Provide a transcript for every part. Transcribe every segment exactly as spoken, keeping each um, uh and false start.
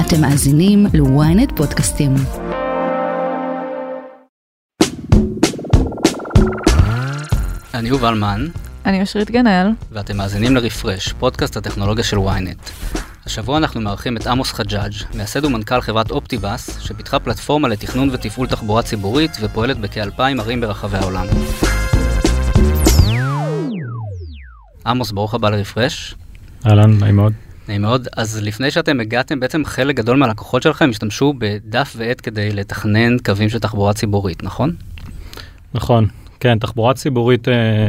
אתם מאזינים ל-ynet פודקאסטים. אני יובל מן. אני אושרית גנאל. ואתם מאזינים לרפרש, פודקאסט הטכנולוגיה של ynet. השבוע אנחנו מארחים את עמוס חג'אג', מייסד ומנכ"ל חברת אופטיבאס, שפיתחה פלטפורמה לתכנון ותפעול תחבורה ציבורית ופועלת בכ-אלפיים ערים ברחבי העולם. עמוס, ברוך הבא לרפרש. אהלן, נעים מאוד. נעים מאוד. אז לפני שאתם הגעתם, בעצם חלק גדול מהלקוחות שלכם השתמשו בדף ועט כדי לתכנן קווים של תחבורה ציבורית, נכון? נכון. כן, תחבורה ציבורית, אה,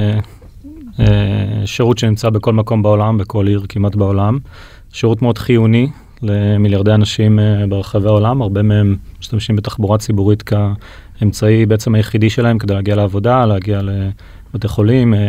אה, שירות שנמצא בכל מקום בעולם, בכל עיר כמעט בעולם. שירות מאוד חיוני למיליארדי אנשים אה, ברחבי העולם. הרבה מהם משתמשים בתחבורה ציבורית כאמצעי בעצם היחידי שלהם כדי להגיע לעבודה, להגיע לבתי חולים, אה,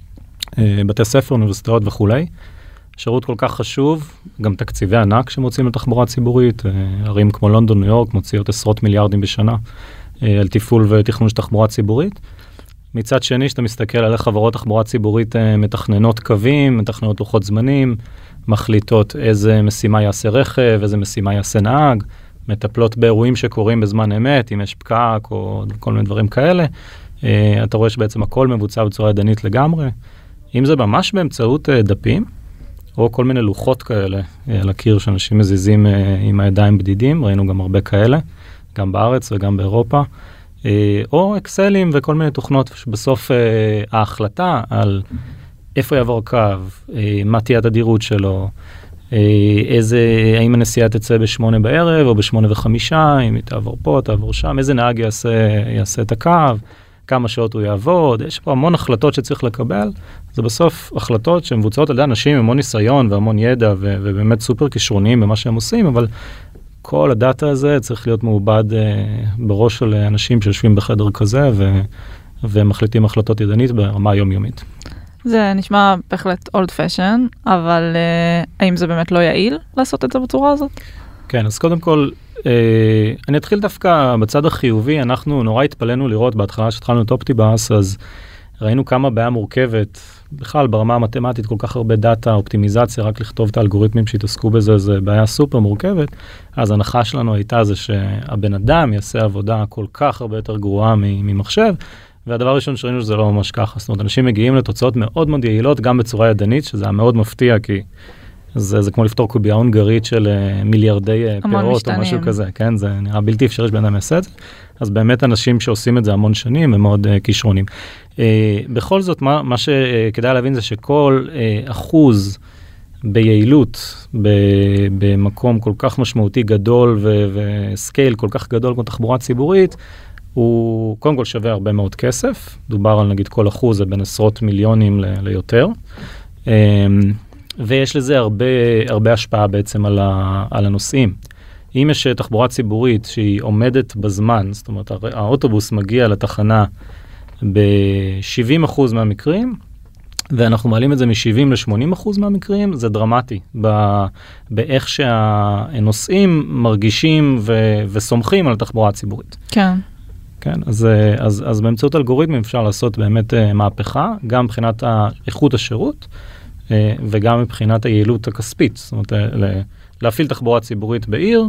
אה, בתי ספר, אוניברסיטאות וכולי. שירות כל כך חשוב, גם תקציבי ענק שמוצאים לתחבורה ציבורית. אה, ערים כמו לונדון, ניו יורק, מוציאות עשרות מיליארדים בשנה אה, על תפעול ותכנון של תחבורה ציבורית. מצד שני, שאתה מסתכל על איך חברות תחבורה ציבורית מתכננות קווים, מתכננות לוחות זמנים, מחליטות איזה משימה יעשה רכב, איזה משימה יעשה נהג, מטפלות באירועים שקורים בזמן אמת, אם יש פקק או כל מיני דברים כאלה. אתה רואה שבעצם הכל מבוצע בצורה ידנית לגמרי. אם זה ממש באמצעות דפים, או כל מיני לוחות כאלה על הקיר שאנשים מזיזים עם הידיים בדידים, ראינו גם הרבה כאלה, גם בארץ וגם באירופה. או אקסלים וכל מיני תוכנות שבסוף ההחלטה על איפה יעבור קו, מה תהיה התדירות שלו, איזה, האם הנסיעה תצא בשמונה בערב או בשמונה וחמישה, אם היא תעבור פה, תעבור שם, איזה נהג יעשה, יעשה את הקו, כמה שעות הוא יעבוד, יש פה המון החלטות שצריך לקבל, זה בסוף החלטות שמבוצעות על ידי אנשים עם המון ניסיון והמון ידע ו- ובאמת סופר כישרוניים במה שהם עושים, אבל כל הדאטה הזה צריך להיות מעובד אה, בראש של אנשים שיושבים בחדר כזה ו- ומחליטים החלטות ידנית ברמה יומיומית. זה נשמע בהחלט old fashion, אבל אה, האם זה באמת לא יעיל לעשות את זה בצורה הזאת? כן, אז קודם כל, אה, אני אתחיל דווקא בצד החיובי. אנחנו נורא התפלנו לראות בהתחלה שהתחלנו את אופטיבאס, אז ראינו כמה בעיה מורכבת, בכלל ברמה המתמטית כל כך הרבה דאטה, אופטימיזציה, רק לכתוב את האלגוריתמים שהתעסקו בזה, זה בעיה סופר מורכבת. אז הנחה שלנו הייתה זה שהבן אדם יעשה עבודה כל כך הרבה יותר גרועה ממחשב, והדבר הראשון שראינו שזה לא ממש ככה. זאת אומרת, אנשים מגיעים לתוצאות מאוד מאוד יעילות, גם בצורה ידנית, שזה היה מאוד מפתיע, כי זה, זה כמו לפתור קובייה הונגרית של מיליארדי פירות או משהו כזה, כן? זה נראה בלתי אפשרי שבן אדם יעשה את זה. אז באמת אנשים שעושים את זה המון שנים הם מאוד uh, כישרונים. Uh, בכל זאת, מה, מה שכדאי להבין זה שכל uh, אחוז ביעילות ב, במקום כל כך משמעותי גדול ו- וסקייל כל כך גדול כמו תחבורה ציבורית, הוא קודם כל שווה הרבה מאוד כסף. דובר על נגיד כל אחוז זה בין עשרות מיליונים ל- ליותר. Um, ויש לזה הרבה, הרבה השפעה בעצם על, ה, על הנושאים. אם יש תחבורה ציבורית שהיא עומדת בזמן, זאת אומרת, האוטובוס מגיע לתחנה ב-שבעים אחוז מהמקרים, ואנחנו מעלים את זה מ-שבעים ל-שמונים אחוז מהמקרים, זה דרמטי, ב- באיך שהנוסעים מרגישים ו- וסומכים על התחבורה הציבורית. כן. כן, אז, אז, אז באמצעות אלגוריתמים אפשר לעשות באמת מהפכה, גם מבחינת איכות השירות, וגם מבחינת היעילות הכספית. זאת אומרת, להפעיל תחבורה ציבורית בעיר,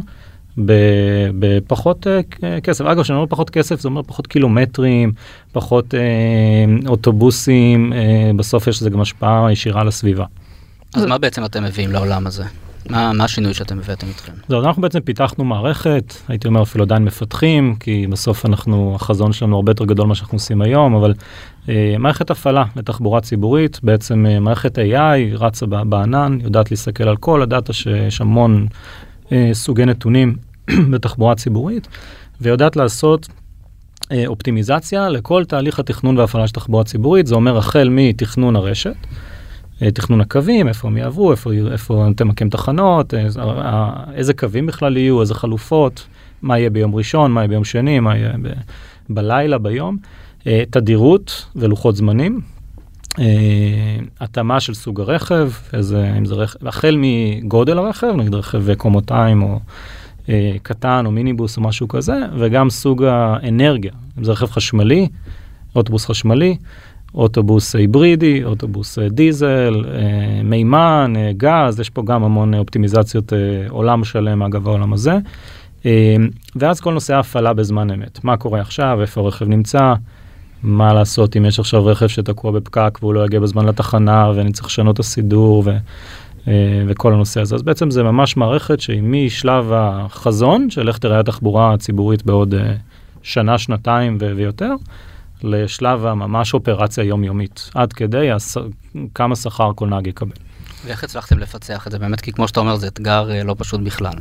בפחות כסף. אגב, כשאני אומר פחות כסף, זה אומר פחות קילומטרים, פחות אוטובוסים, בסוף יש לזה גם השפעה ישירה לסביבה. אז מה בעצם אתם מביאים לעולם הזה? מה, מה השינוי שאתם הבאתם איתכם? זהו, אנחנו בעצם פיתחנו מערכת, הייתי אומר אפילו עדיין מפתחים, כי בסוף אנחנו, החזון שלנו הרבה יותר גדול מה שאנחנו עושים היום, אבל אה, מערכת הפעלה לתחבורה ציבורית, בעצם אה, מערכת איי איי רצה בענן, יודעת להסתכל על כל הדאטה שיש המון אה, סוגי נתונים בתחבורה ציבורית, ויודעת לעשות אה, אופטימיזציה לכל תהליך התכנון והפעלה של תחבורה ציבורית, זה אומר החל מתכנון הרשת, תכנון הקווים, איפה הם יעברו, איפה, איפה אתם מקים תחנות, איזה, איזה קווים בכלל יהיו, איזה חלופות, מה יהיה ביום ראשון, מה יהיה ביום שני, מה יהיה ב, בלילה, ביום, תדירות ולוחות זמנים, התאמה של סוג הרכב, איזה, אם זה רכב, החל מגודל הרכב, נגיד רכב קומותיים או קטן או מיניבוס או משהו כזה, וגם סוג האנרגיה, אם זה רכב חשמלי, אוטובוס חשמלי, אוטובוס היברידי, אוטובוס דיזל, מימן, גז, יש פה גם המון אופטימיזציות, עולם שלם אגב העולם הזה. ואז כל נושא ההפעלה בזמן אמת. מה קורה עכשיו, איפה הרכב נמצא, מה לעשות אם יש עכשיו רכב שתקוע בפקק והוא לא יגיע בזמן לתחנה ואני צריך לשנות את הסידור ו, וכל הנושא הזה. אז בעצם זה ממש מערכת שהיא משלב החזון של איך תראה התחבורה הציבורית בעוד שנה, שנתיים ו- ויותר, לשלב הממש אופרציה יומיומית, עד כדי הס... כמה שכר כל נהג יקבל. ואיך הצלחתם לפצח את זה באמת? כי כמו שאתה אומר, זה אתגר לא פשוט בכלל.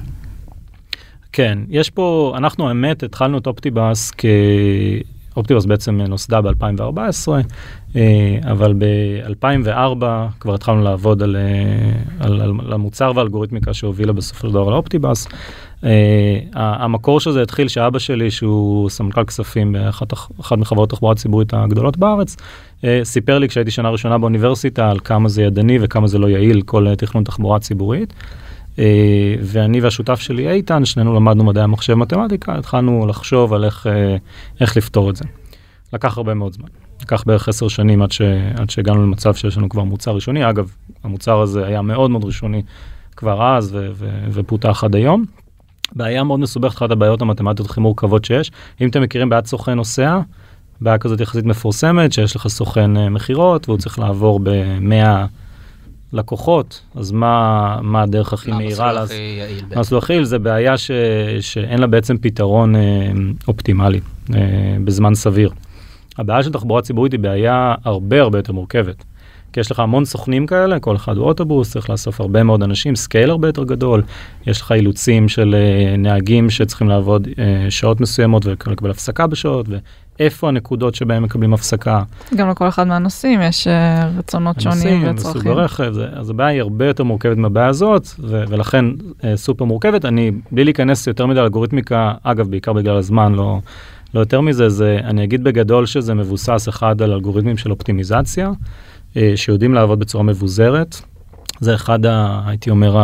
כן, יש פה, אנחנו האמת, התחלנו את אופטיבאס כ... אופטיבאס בעצם נוסדה ב-אלפיים וארבע עשרה, אבל ב-אלפיים וארבע כבר התחלנו לעבוד על, על, על, על המוצר והאלגוריתמיקה שהובילה בסופו של דבר לאופטיבאס. המקור של זה התחיל שאבא שלי, שהוא סמנכ"ל כספים באחת מחברות תחבורה ציבורית הגדולות בארץ, סיפר לי כשהייתי שנה ראשונה באוניברסיטה על כמה זה ידני וכמה זה לא יעיל כל תכנון תחבורה ציבורית. ואני והשותף שלי איתן, שנינו למדנו מדעי המחשב מתמטיקה, התחלנו לחשוב על איך, איך לפתור את זה. לקח הרבה מאוד זמן. לקח בערך עשר שנים עד, ש, עד שהגענו למצב שיש לנו כבר מוצר ראשוני. אגב, המוצר הזה היה מאוד מאוד ראשוני כבר אז ו, ו, ופותח עד היום. בעיה מאוד מסובכת, אחת הבעיות המתמטיות הכי מורכבות שיש. אם אתם מכירים בעיית סוכן נוסע, בעיה כזאת יחסית מפורסמת, שיש לך סוכן מחירות, והוא צריך לעבור ב-מאה לקוחות, אז מה, מה הדרך הכי מהירה? מה הכי יעיל? מסלול הכי יעיל זה בעיה ש, שאין לה בעצם פתרון אה, אופטימלי, אה, בזמן סביר. הבעיה של תחבורה ציבורית היא בעיה הרבה הרבה יותר מורכבת. כי יש לך המון סוכנים כאלה, כל אחד הוא אוטובוס, צריך לאסוף הרבה מאוד אנשים, סקייל הרבה יותר גדול, יש לך אילוצים של אה, נהגים שצריכים לעבוד אה, שעות מסוימות ולקבל הפסקה בשעות, ואיפה הנקודות שבהם מקבלים הפסקה. גם לכל אחד מהנושאים יש אה, רצונות שונים וצרכים. בסוג הרכב, זה, אז הבעיה היא הרבה יותר מורכבת מהבעיה הזאת, ו- ולכן אה, סופר מורכבת. אני, בלי להיכנס יותר מדי לאלגוריתמיקה, אגב, בעיקר בגלל הזמן, לא, לא יותר מזה, זה, אני אגיד בגדול שזה מבוסס אחד על אלגוריתמים של אופטימיזציה, שיודעים לעבוד בצורה מבוזרת. זה אחד, ה, הייתי אומר,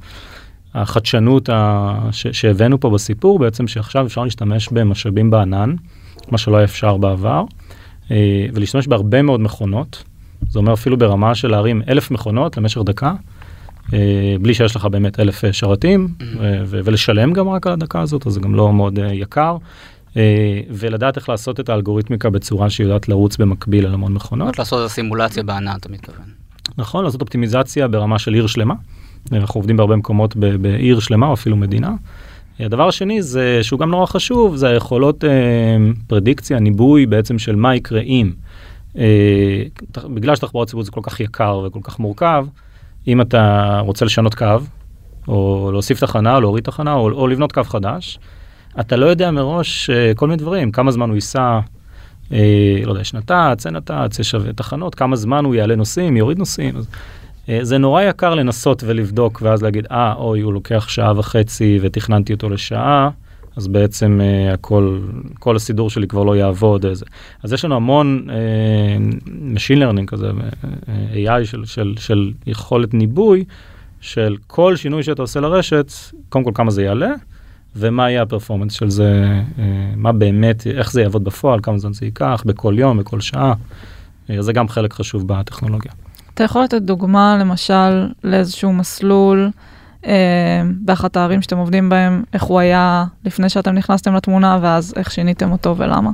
החדשנות ה, ש, שהבאנו פה בסיפור, בעצם שעכשיו אפשר להשתמש במשאבים בענן, מה שלא היה אפשר בעבר, ולהשתמש בהרבה מאוד מכונות. זה אומר אפילו ברמה של להרים אלף מכונות למשך דקה, בלי שיש לך באמת אלף שרתים, ו, ולשלם גם רק על הדקה הזאת, אז זה גם לא מאוד יקר. ולדעת איך לעשות את האלגוריתמיקה בצורה שיודעת לרוץ במקביל על המון מכונות. רק לעשות את הסימולציה בענן, אתה מתכוון. נכון, לעשות אופטימיזציה ברמה של עיר שלמה. אנחנו עובדים בהרבה מקומות בעיר שלמה, או אפילו מדינה. הדבר השני זה, שהוא גם נורא חשוב, זה היכולות אה, פרדיקציה, ניבוי בעצם של מה יקרה אם. אה, בגלל שתחבורה ציבורית זה כל כך יקר וכל כך מורכב, אם אתה רוצה לשנות קו, או להוסיף תחנה, או להוריד תחנה, או, או לבנות קו חדש, אתה לא יודע מראש uh, כל מיני דברים, כמה זמן הוא ייסע, uh, לא יודע, יש נת"צ, אין נת"צ, יש תחנות, כמה זמן הוא יעלה נוסעים, יוריד נוסעים. אז, uh, זה נורא יקר לנסות ולבדוק, ואז להגיד, אה, ah, אוי, הוא לוקח שעה וחצי ותכננתי אותו לשעה, אז בעצם uh, הכל, כל הסידור שלי כבר לא יעבוד. אז, אז יש לנו המון uh, machine learning כזה, uh, איי איי של, של, של יכולת ניבוי, של כל שינוי שאתה עושה לרשת, קודם כל כמה זה יעלה, ומה יהיה הפרפורמנס של זה, מה באמת, איך זה יעבוד בפועל, כמה זמן זה ייקח, בכל יום, בכל שעה. זה גם חלק חשוב בטכנולוגיה. אתה יכול לתת דוגמה, למשל, לאיזשהו מסלול, אה, באחת הערים שאתם עובדים בהם, איך הוא היה לפני שאתם נכנסתם לתמונה, ואז איך שיניתם אותו ולמה?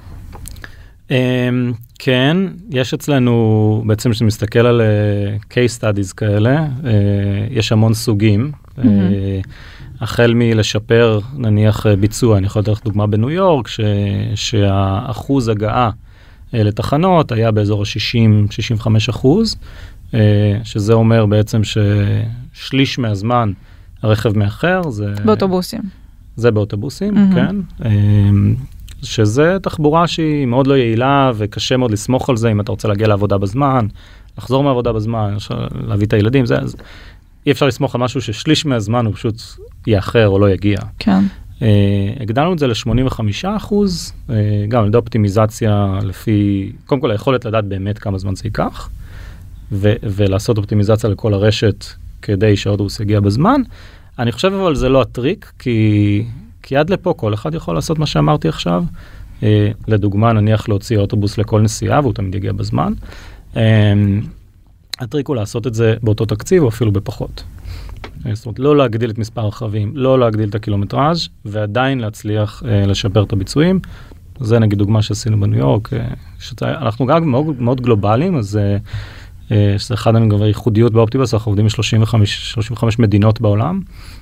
אה, כן, יש אצלנו, בעצם כשמסתכל על uh, case studies כאלה, uh, יש המון סוגים. Mm-hmm. Uh, החל מלשפר, נניח, ביצוע, אני יכול לתת דוגמה בניו יורק, ש, שהאחוז הגעה לתחנות היה באזור ה-שישים עד שישים וחמישה אחוז, שזה אומר בעצם ששליש מהזמן הרכב מאחר. זה, באוטובוסים. זה באוטובוסים, mm-hmm. כן. שזה תחבורה שהיא מאוד לא יעילה, וקשה מאוד לסמוך על זה, אם אתה רוצה להגיע לעבודה בזמן, לחזור מהעבודה בזמן, להביא את הילדים, זה... אי אפשר לסמוך על משהו ששליש מהזמן הוא פשוט יאחר או לא יגיע. כן. Uh, הגדלנו את זה ל-שמונים וחמישה אחוז, uh, גם על ידי אופטימיזציה לפי, קודם כל היכולת לדעת באמת כמה זמן זה ייקח, ו- ולעשות אופטימיזציה לכל הרשת כדי שהאוטובוס יגיע בזמן. אני חושב אבל זה לא הטריק, כי, כי עד לפה כל אחד יכול לעשות מה שאמרתי עכשיו, uh, לדוגמה, נניח להוציא אוטובוס לכל נסיעה, והוא תמיד יגיע בזמן. הטריק הוא לעשות את זה באותו תקציב, או אפילו בפחות. זאת אומרת, לא להגדיל את מספר הרכבים, לא להגדיל את הקילומטראז' ועדיין להצליח לשפר את הביצועים. זה נגיד דוגמה שעשינו בניו יורק. אנחנו גם מאוד, מאוד גלובליים, אז שזה אחד הייחודיות באופטיבאס, אנחנו עובדים ב-שלושים וחמש מדינות בעולם,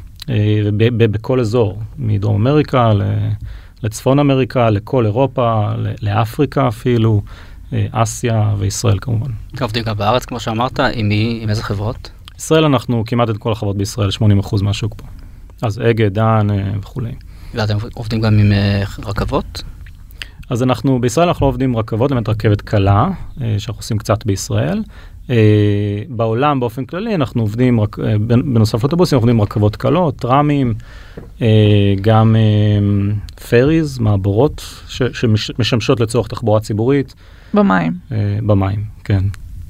בכל אזור, מדרום אמריקה לצפון אמריקה, לכל אירופה, לאפריקה אפילו, אסיה וישראל כמובן. עובדים גם בארץ, כמו שאמרת, עם מי, עם איזה חברות? ישראל אנחנו כמעט את כל החברות בישראל, שמונים אחוז מהשוק פה. אז אגד, דן וכולי. ואתם עובדים גם עם רכבות? אז אנחנו, בישראל אנחנו לא עובדים עם רכבות, למעט רכבת קלה, שאנחנו עושים קצת בישראל. בעולם באופן כללי אנחנו עובדים, בנוסף לאוטובוסים, אנחנו עובדים רכבות קלות, טרמים, גם פריז, מעבורות, שמשמשות לצורך תחבורה ציבורית. במים. במים, כן.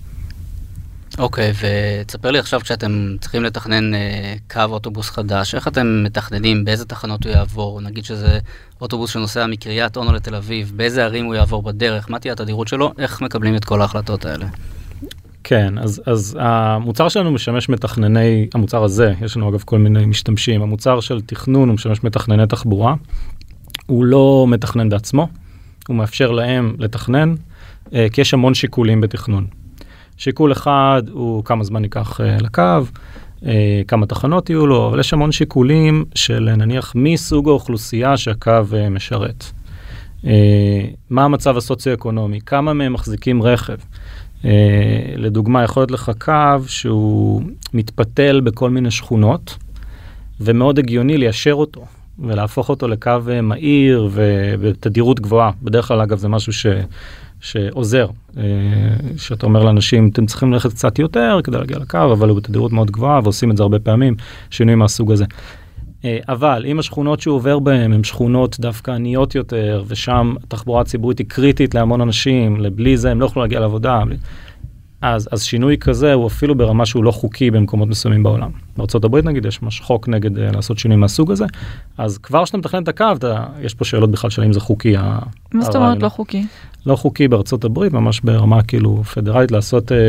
אוקיי, ותספר לי עכשיו כשאתם צריכים לתכנן אה, קו אוטובוס חדש, איך אתם מתכננים, באיזה תחנות הוא יעבור? נגיד שזה אוטובוס שנוסע מקריית אונו לתל אביב, באיזה ערים הוא יעבור בדרך, מה תהיה התדירות שלו, איך מקבלים את כל ההחלטות האלה? כן, אז, אז המוצר שלנו משמש מתכנני, המוצר הזה, יש לנו אגב כל מיני משתמשים, המוצר של תכנון הוא משמש מתכנני תחבורה, הוא לא מתכנן בעצמו, הוא מאפשר להם לתכנן, אה, כי יש המון שיקולים בתכנון. שיקול אחד הוא כמה זמן ייקח uh, לקו, uh, כמה תחנות יהיו לו, אבל יש המון שיקולים של נניח מי סוג האוכלוסייה שהקו uh, משרת. Uh, מה המצב הסוציו-אקונומי, כמה מהם מחזיקים רכב. Uh, לדוגמה, יכול להיות לך קו שהוא מתפתל בכל מיני שכונות, ומאוד הגיוני ליישר אותו, ולהפוך אותו לקו uh, מהיר ובתדירות גבוהה. בדרך כלל, אגב, זה משהו ש... שעוזר, שאתה אומר לאנשים, אתם צריכים ללכת קצת יותר כדי להגיע לקו, אבל הוא בתדירות מאוד גבוהה, ועושים את זה הרבה פעמים, שינויים מהסוג הזה. אבל אם השכונות שהוא עובר בהן, הן שכונות דווקא עניות יותר, ושם התחבורה הציבורית היא קריטית להמון אנשים, לבלי זה הם לא יכולים להגיע לעבודה, אז, אז שינוי כזה הוא אפילו ברמה שהוא לא חוקי במקומות מסוימים בעולם. בארצות הברית נגיד, יש ממש חוק נגד לעשות שינוי מהסוג הזה, אז כבר שאתה מתכנן את הקו, אתה, יש פה שאלות בכלל של אם זה חוקי. מה זאת אומרת לא חוקי? לא חוקי בארצות הברית, ממש ברמה כאילו פדרלית, לעשות אה,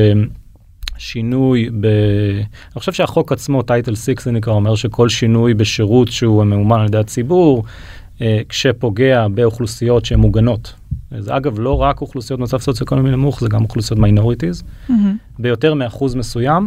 שינוי ב... אני חושב שהחוק עצמו, טייטל שש, זה נקרא, אומר שכל שינוי בשירות שהוא מאומן על ידי הציבור, אה, כשפוגע באוכלוסיות שהן מוגנות. זה אגב לא רק אוכלוסיות מצב סוציו-אקונומי נמוך, זה גם אוכלוסיות מיינוריטיז. Mm-hmm. ביותר מאחוז מסוים,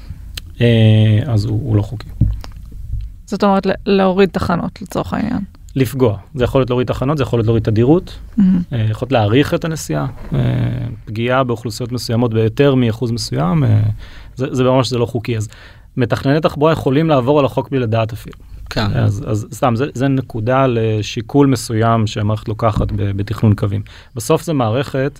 אה, אז הוא, הוא לא חוקי. זאת אומרת, להוריד תחנות לצורך העניין. לפגוע. זה יכול להיות להוריד תחנות, זה יכול להיות להוריד תדירות, mm-hmm. אה, יכול להיות להאריך את הנסיעה, אה, פגיעה באוכלוסיות מסוימות ביותר מאחוז מסוים, אה, זה, זה ממש זה לא חוקי. אז מתכנני תחבורה יכולים לעבור על החוק בלי לדעת אפילו. כן. אז, אז סתם, זה, זה נקודה לשיקול מסוים שהמערכת לוקחת בתכנון קווים. בסוף זה מערכת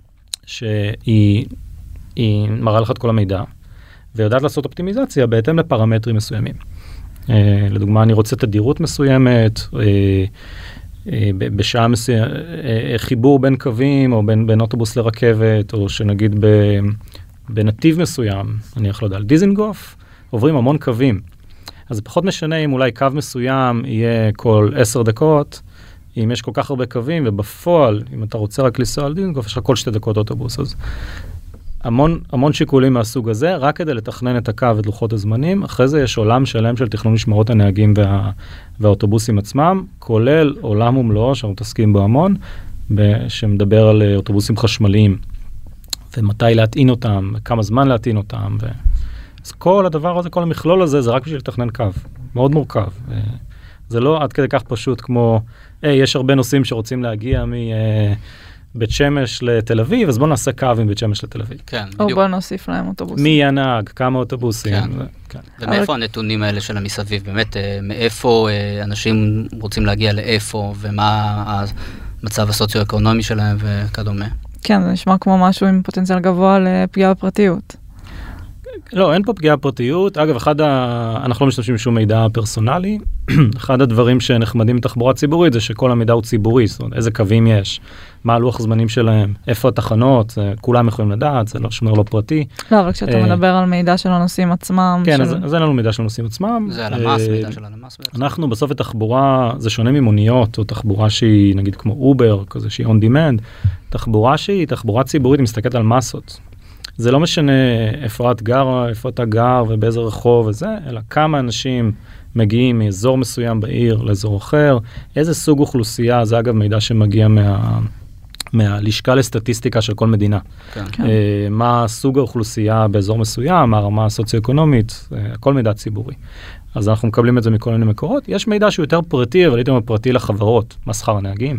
שהיא היא מראה לך את כל המידע, ויודעת לעשות אופטימיזציה בהתאם לפרמטרים מסוימים. אה, לדוגמה, אני רוצה תדירות מסוימת, אה, אה, בשעה מסוימת, אה, חיבור בין קווים, או בין, בין אוטובוס לרכבת, או שנגיד ב, בנתיב מסוים, אני יכול לדעת, על דיזנגוף, עוברים המון קווים. אז זה פחות משנה אם אולי קו מסוים יהיה כל עשר דקות, אם יש כל כך הרבה קווים, ובפועל, אם אתה רוצה רק לנסוע על דיזנגוף, יש לך כל שתי דקות אוטובוס. אז המון, המון שיקולים מהסוג הזה, רק כדי לתכנן את הקו ואת לוחות הזמנים. אחרי זה יש עולם שלם של תכנון משמרות הנהגים וה, והאוטובוסים עצמם, כולל עולם ומלואו, שאנחנו מתעסקים בו המון, שמדבר על אוטובוסים חשמליים, ומתי להטעין אותם, כמה זמן להטעין אותם, ו... אז כל הדבר הזה, כל המכלול הזה, זה רק בשביל לתכנן קו. מאוד מורכב. זה לא עד כדי כך פשוט כמו, היי, יש הרבה נוסעים שרוצים להגיע מבית שמש לתל אביב, אז בואו נעשה קו עם בית שמש לתל אביב. כן, או בואו נוסיף להם אוטובוסים. מי הנהג, כמה אוטובוסים. כן. כן. ומאיפה הנתונים האלה של המסביב? באמת, מאיפה אנשים רוצים להגיע לאיפה, ומה המצב הסוציו-אקונומי שלהם וכדומה? כן, זה נשמע כמו משהו עם פוטנציאל גבוה לפגיעה בפרטיות. לא, אין פה פגיעה פרטיות. אגב, אחד ה... אנחנו לא משתמשים בשום מידע פרסונלי. אחד הדברים שנחמדים בתחבורה ציבורית זה שכל המידע הוא ציבורי, זאת אומרת, איזה קווים יש, מה הלוח זמנים שלהם, איפה התחנות, זה, כולם יכולים לדעת, זה לא שומר לא פרטי. לא, אבל כשאתה מדבר על מידע של הנושאים עצמם. כן, אז, אז אין לנו מידע של הנושאים עצמם. זה על המס, מידע של הנמס בעצם. אנחנו בסוף בתחבורה, זה שונה ממוניות, או תחבורה שהיא נגיד כמו אובר, כזה שהיא on demand, תחבורה שהיא תחבורה ציבורית, מסתכלת על מסות. זה לא משנה איפה את גרה, איפה אתה גר ובאיזה רחוב וזה, אלא כמה אנשים מגיעים מאזור מסוים בעיר לאזור אחר, איזה סוג אוכלוסייה, זה אגב מידע שמגיע מה, מהלשכה לסטטיסטיקה של כל מדינה. כן. כן. מה סוג האוכלוסייה באזור מסוים, מה הרמה הסוציו-אקונומית, הכל מידע ציבורי. אז אנחנו מקבלים את זה מכל מיני מקורות. יש מידע שהוא יותר פרטי, אבל יותר פרטי לחברות, מה שכר הנהגים.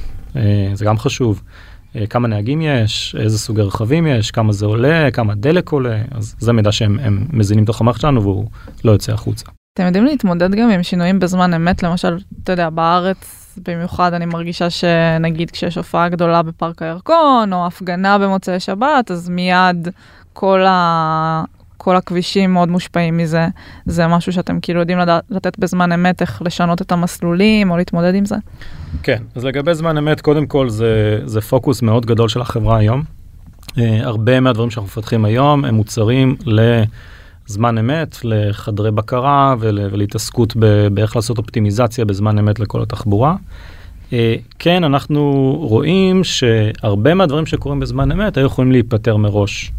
זה גם חשוב. כמה נהגים יש, איזה סוגי רכבים יש, כמה זה עולה, כמה דלק עולה, אז זה מידע שהם מזינים תוך המערכת שלנו והוא לא יוצא החוצה. אתם יודעים להתמודד גם עם שינויים בזמן אמת, למשל, אתה יודע, בארץ במיוחד אני מרגישה שנגיד כשיש הופעה גדולה בפארק הירקון, או הפגנה במוצאי שבת, אז מיד כל ה... כל הכבישים מאוד מושפעים מזה. זה משהו שאתם כאילו יודעים לתת בזמן אמת, איך לשנות את המסלולים, או להתמודד עם זה? כן, אז לגבי זמן אמת, קודם כל זה, זה פוקוס מאוד גדול של החברה היום. Uh, הרבה מהדברים שאנחנו מפתחים היום, הם מוצרים לזמן אמת, לחדרי בקרה, ול, ולהתעסקות ב, באיך לעשות אופטימיזציה בזמן אמת לכל התחבורה. Uh, כן, אנחנו רואים שהרבה מהדברים שקורים בזמן אמת, היו יכולים להיפטר מראש.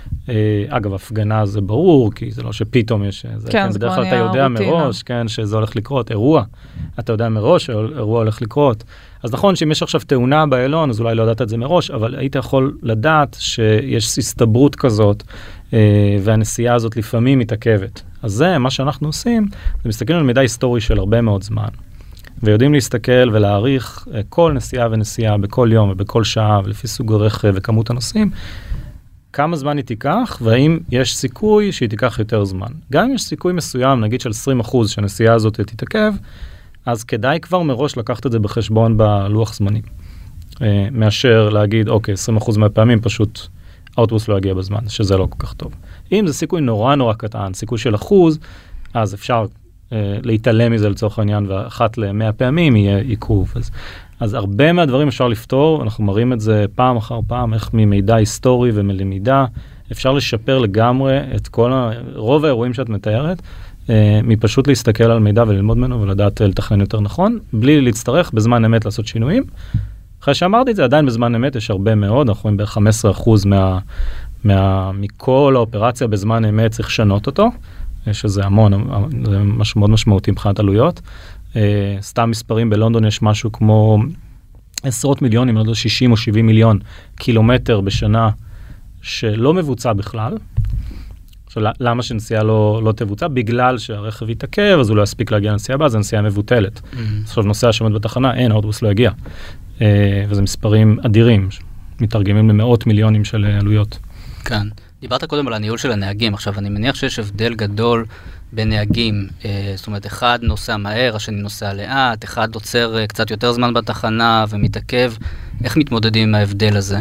אגב, הפגנה זה ברור, כי זה לא שפתאום יש, זה, כן, כן, בדרך כלל אתה יודע רוטינה. מראש, כן, שזה הולך לקרות, אירוע, אתה יודע מראש שאירוע הולך לקרות. אז נכון שאם יש עכשיו תאונה באלון, אז אולי לא יודעת את זה מראש, אבל היית יכול לדעת שיש הסתברות כזאת, והנסיעה הזאת לפעמים מתעכבת. אז זה, מה שאנחנו עושים, זה מסתכלים על מידע היסטורי של הרבה מאוד זמן, ויודעים להסתכל ולהעריך כל נסיעה ונסיעה בכל יום ובכל שעה, ולפי סוג הרכב וכמות הנוסעים, כמה זמן היא תיקח, והאם יש סיכוי שהיא תיקח יותר זמן. גם אם יש סיכוי מסוים, נגיד של עשרים אחוז שהנסיעה הזאת תתעכב, אז כדאי כבר מראש לקחת את זה בחשבון בלוח זמנים. אה, מאשר להגיד, אוקיי, עשרים אחוז מהפעמים פשוט האוטובוס לא יגיע בזמן, שזה לא כל כך טוב. אם זה סיכוי נורא נורא קטן, סיכוי של אחוז, אז אפשר אה, להתעלם מזה לצורך העניין, ואחת למאה פעמים יהיה עיכוב. אז אז הרבה מהדברים אפשר לפתור, אנחנו מראים את זה פעם אחר פעם, איך ממידע היסטורי ומלמידה, אפשר לשפר לגמרי את כל ה... רוב האירועים שאת מתארת, אה, מפשוט להסתכל על מידע וללמוד ממנו ולדעת לתכנן יותר נכון, בלי להצטרך בזמן אמת לעשות שינויים. אחרי שאמרתי את זה, עדיין בזמן אמת יש הרבה מאוד, אנחנו רואים ב-חמישה עשר אחוז מה, מה, מכל האופרציה בזמן אמת צריך לשנות אותו, שזה המון, זה משהו מאוד משמעותי מבחינת עלויות. Uh, סתם מספרים, בלונדון יש משהו כמו עשרות מיליונים, לא יודע, שישים או שבעים מיליון קילומטר בשנה שלא מבוצע בכלל. עכשיו, למה שנסיעה לא, לא תבוצע? בגלל שהרכב יתעכב, אז הוא לא יספיק להגיע לנסיעה הבאה, אז הנסיעה מבוטלת. Mm-hmm. עכשיו נוסע שעומד בתחנה, אין, האוטובוס לא יגיע. Uh, וזה מספרים אדירים, מתרגמים למאות מיליונים של עלויות. כן. דיברת קודם על הניהול של הנהגים, עכשיו אני מניח שיש הבדל גדול בין נהגים, אה, זאת אומרת, אחד נוסע מהר, השני נוסע לאט, אחד עוצר אה, קצת יותר זמן בתחנה ומתעכב, איך מתמודדים עם ההבדל הזה?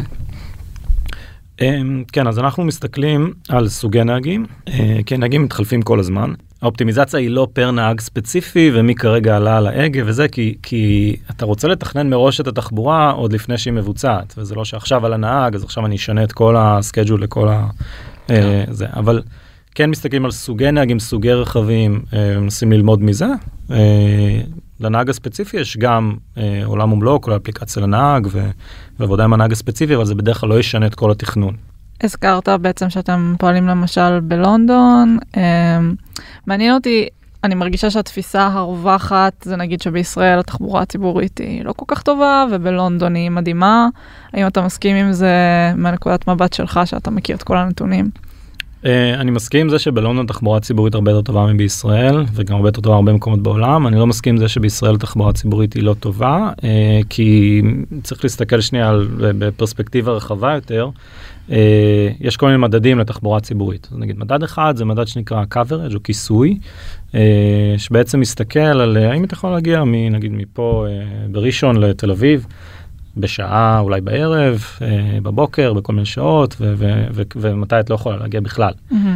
אה, כן, אז אנחנו מסתכלים על סוגי נהגים, אה, כי נהגים מתחלפים כל הזמן. האופטימיזציה היא לא פר נהג ספציפי, ומי כרגע עלה על ההגה וזה, כי, כי אתה רוצה לתכנן מראש את התחבורה עוד לפני שהיא מבוצעת, וזה לא שעכשיו על הנהג, אז עכשיו אני אשנה את כל הסקייג'ול לכל ה... אה, זה, אבל... כן מסתכלים על סוגי נהגים, סוגי רכבים, מנסים ללמוד מזה. לנהג הספציפי יש גם עולם ומלואו, כל האפליקציה לנהג, ועבודה עם הנהג הספציפי, אבל זה בדרך כלל לא ישנה את כל התכנון. הזכרת בעצם שאתם פועלים למשל בלונדון. מעניין אותי, אני מרגישה שהתפיסה הרווחת, זה נגיד שבישראל התחבורה הציבורית היא לא כל כך טובה, ובלונדון היא מדהימה. האם אתה מסכים עם זה מהנקודת מבט שלך, שאתה מכיר את כל הנתונים? אני מסכים עם זה שבלונדון תחבורה ציבורית הרבה יותר טובה מבישראל, וגם הרבה יותר טובה הרבה מקומות בעולם. אני לא מסכים עם זה שבישראל תחבורה ציבורית היא לא טובה, כי צריך להסתכל שנייה בפרספקטיבה רחבה יותר. יש כל מיני מדדים לתחבורה ציבורית. אז נגיד, מדד אחד זה מדד שנקרא coverage או כיסוי, שבעצם מסתכל על האם אתה יכול להגיע נגיד מפה בראשון לתל אביב, בשעה, אולי בערב, בבוקר, בכל מיני שעות, ו- ו- ו- ומתי את לא יכולה להגיע בכלל. Mm-hmm.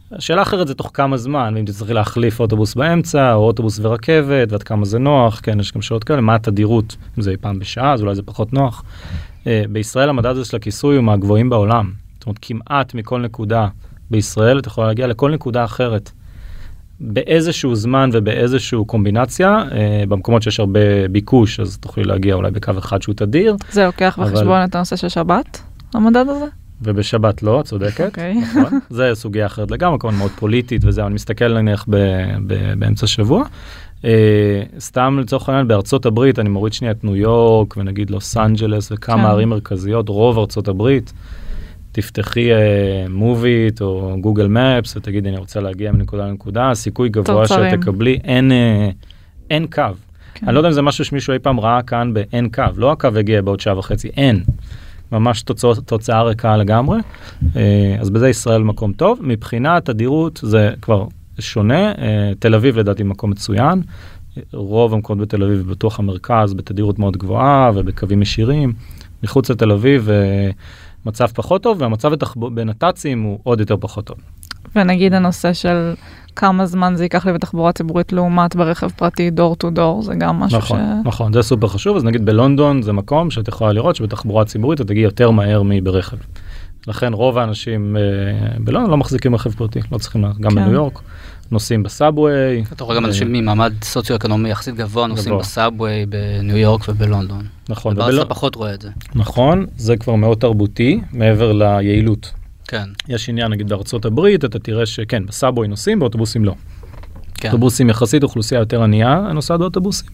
השאלה אחרת זה תוך כמה זמן, ואם תצטרכי להחליף אוטובוס באמצע, או אוטובוס ורכבת, ועד כמה זה נוח, כן, יש גם שאלות כאלה, מה התדירות, אם זה פעם בשעה, אז אולי זה פחות נוח. בישראל המדד הזה של הכיסוי הוא מהגבוהים בעולם, זאת אומרת, כמעט מכל נקודה בישראל, אתה יכול להגיע לכל נקודה אחרת, באיזשהו זמן ובאיזשהו קומבינציה, במקומות שיש הרבה ביקוש, אז תוכלי להגיע אולי בקו אחד שהוא תדיר. זה לוקח בחשבון את הנושא של שבת, המדד הזה? ובשבת לא, צודקת. נכון. זה סוגיה אחרת לגמרי, כמובן מאוד פוליטית וזה, אני מסתכל נניח באמצע שבוע. סתם לצורך העניין, בארצות הברית, אני מוריד שנייה את ניו יורק, ונגיד לוס אנג'לס, וכמה ערים מרכזיות, רוב ארצות הברית, תפתחי מוביט או גוגל מפס, ותגידי, אני רוצה להגיע מנקודה לנקודה, סיכוי גבוה שתקבלי, אין קו. אני לא יודע אם זה משהו שמישהו אי פעם ראה כאן באין קו, לא הקו הגיע בעוד שעה וחצי, אין. ממש תוצאה ריקה לגמרי, אז בזה ישראל מקום טוב. מבחינת תדירות זה כבר שונה, תל אביב לדעתי מקום מצוין, רוב המקומות בתל אביב בטוח המרכז בתדירות מאוד גבוהה ובקווים ישירים, מחוץ לתל אביב מצב פחות טוב, והמצב בנת"צים הוא עוד יותר פחות טוב. ונגיד הנושא של כמה זמן זה ייקח לי בתחבורה ציבורית לעומת ברכב פרטי דור טו דור, זה גם משהו נכון, ש... נכון, זה סופר חשוב. אז נגיד בלונדון זה מקום שאת יכולה לראות שבתחבורה ציבורית אתה תגיע יותר מהר מברכב. לכן רוב האנשים בלונדון לא מחזיקים רכב פרטי, לא צריכים, גם בניו יורק, נוסעים בסאבווי. אתה רואה גם אנשים ממעמד סוציו-אקונומי יחסית גבוה, נוסעים בסאבווי בניו יורק ובלונדון. נכון. ובארצה פחות רואה את זה. נכון, זה כבר מאוד תרבותי, מעבר ליעילות. כן. יש עניין, נגיד בארצות הברית, אתה תראה שכן, בסאבווי נוסעים, באוטובוסים לא. כן. אוטובוסים יחסית, אוכלוסייה יותר ענייה, נוסעת באוטובוסים.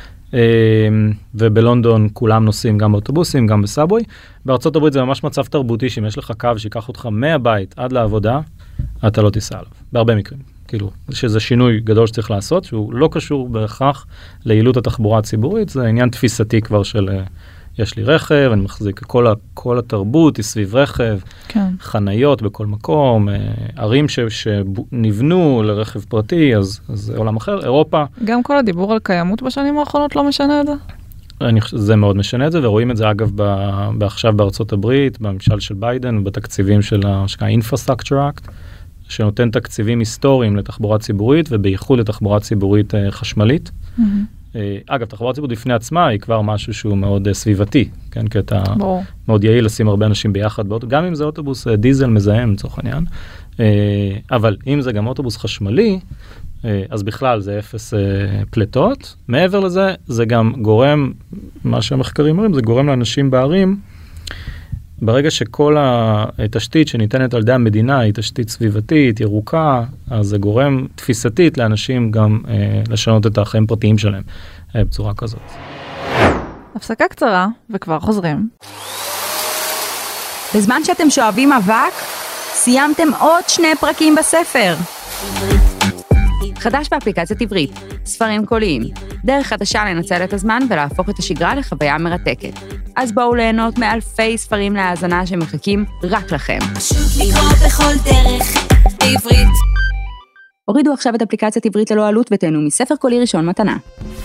ובלונדון כולם נוסעים גם באוטובוסים, גם בסאבווי. בארצות הברית זה ממש מצב תרבותי, שאם יש לך קו שיקח אותך מהבית עד לעבודה, אתה לא תיסע עליו, בהרבה מקרים. כאילו, שזה שינוי גדול שצריך לעשות, שהוא לא קשור בהכרח ליעילות התחבורה הציבורית, זה עניין תפיסתי כבר של... יש לי רכב, אני מחזיק, כל, ה, כל התרבות היא סביב רכב, כן. חניות בכל מקום, ערים ש, שנבנו לרכב פרטי, אז, אז זה עולם אחר, אירופה. גם כל הדיבור על קיימות בשנים האחרונות לא משנה את זה? אני, זה מאוד משנה את זה, ורואים את זה אגב ב, בעכשיו בארצות הברית, בממשל של ביידן, בתקציבים של ה-Infrastructure Act, שנותן תקציבים היסטוריים לתחבורה ציבורית, ובייחוד לתחבורה ציבורית חשמלית. Mm-hmm. אגב, תחבורה ציבורית לפני עצמה היא כבר משהו שהוא מאוד סביבתי, כן? כי אתה מאוד יעיל לשים הרבה אנשים ביחד באוטובוס, גם אם זה אוטובוס דיזל מזהם, לצורך העניין, אבל אם זה גם אוטובוס חשמלי, אז בכלל זה אפס פלטות. מעבר לזה, זה גם גורם, מה שהמחקרים אומרים, זה גורם לאנשים בערים, ברגע שכל התשתית שניתנת על ידי המדינה היא תשתית סביבתית, ירוקה, אז זה גורם תפיסתית לאנשים גם אה, לשנות את החיים הפרטיים שלהם אה, בצורה כזאת. הפסקה קצרה וכבר חוזרים. בזמן שאתם שואבים אבק, סיימתם עוד שני פרקים בספר. חדש באפליקציית עברית, ספרים קוליים, דרך חדשה לנצל את הזמן ולהפוך את השגרה לחוויה מרתקת. אז בואו ליהנות מאלפי ספרים להאזנה שמחכים רק לכם. פשוט לקרוא בכל דרך, בעברית. הורידו עכשיו את אפליקציית עברית ללא עלות ותהנו מספר קולי ראשון מתנה.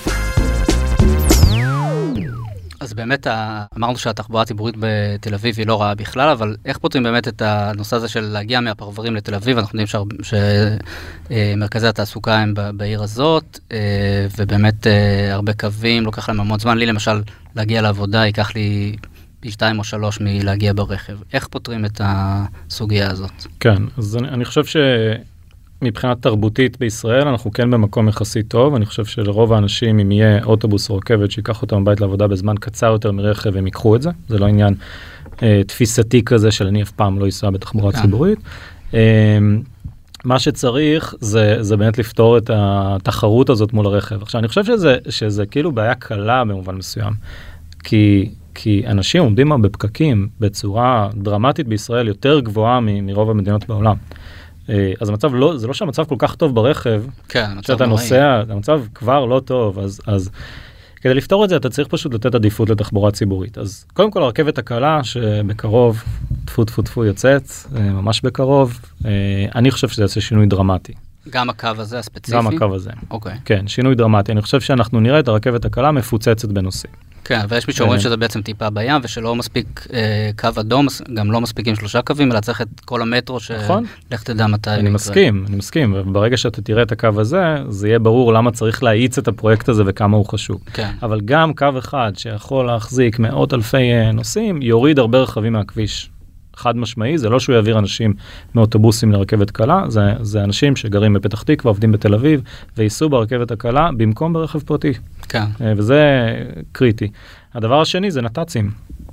אז באמת אמרנו שהתחבורה הציבורית בתל אביב היא לא רעה בכלל, אבל איך פותרים באמת את הנושא הזה של להגיע מהפרברים לתל אביב? אנחנו יודעים שמרכזי התעסוקה הם בעיר הזאת, ובאמת הרבה קווים, לוקח להם המון זמן. לי למשל להגיע לעבודה ייקח לי פי שתיים או שלוש מלהגיע ברכב. איך פותרים את הסוגיה הזאת? כן, אז אני, אני חושב ש... מבחינת תרבותית בישראל, אנחנו כן במקום יחסית טוב. אני חושב שלרוב האנשים, אם יהיה אוטובוס או רכבת שיקח אותם בבית לעבודה בזמן קצר יותר מרכב, הם ייקחו את זה. זה לא עניין אה, תפיסתי כזה של אני אף פעם לא ייסע בתחבורה ציבורית. אה, מה שצריך זה, זה באמת לפתור את התחרות הזאת מול הרכב. עכשיו, אני חושב שזה, שזה כאילו בעיה קלה במובן מסוים. כי, כי אנשים עומדים בפקקים בצורה דרמטית בישראל יותר גבוהה מ- מרוב המדינות בעולם. אז המצב לא, זה לא שהמצב כל כך טוב ברכב, כן, המצב שאתה נוסע, המצב כבר לא טוב, אז, אז כדי לפתור את זה, אתה צריך פשוט לתת עדיפות לתחבורה ציבורית. אז קודם כל, הרכבת הקלה, שבקרוב, תפו תפו תפו יוצאת, ממש בקרוב, אני חושב שזה יעשה שינוי דרמטי. גם הקו הזה הספציפי? גם הקו הזה. אוקיי. כן, שינוי דרמטי. אני חושב שאנחנו נראה את הרכבת הקלה מפוצצת בנושאים. כן, ויש מי שאומרים שזה בעצם טיפה בים, ושלא מספיק אה, קו אדום, גם לא מספיקים שלושה קווים, אלא צריך את כל המטרו, נכון. שלך תדע מתי. אני מסכים, אני מסכים, וברגע שאתה תראה את הקו הזה, זה יהיה ברור למה צריך להאיץ את הפרויקט הזה וכמה הוא חשוב. כן. אבל גם קו אחד שיכול להחזיק מאות אלפי נוסעים, יוריד הרבה רכבים מהכביש. חד משמעי, זה לא שהוא יעביר אנשים מאוטובוסים לרכבת קלה, זה, זה אנשים שגרים בפתח תקווה, עובדים בתל אביב, וייסעו ברכבת הקלה במקום ברכב פרטי. כן. וזה קריטי. הדבר השני זה נת"צים.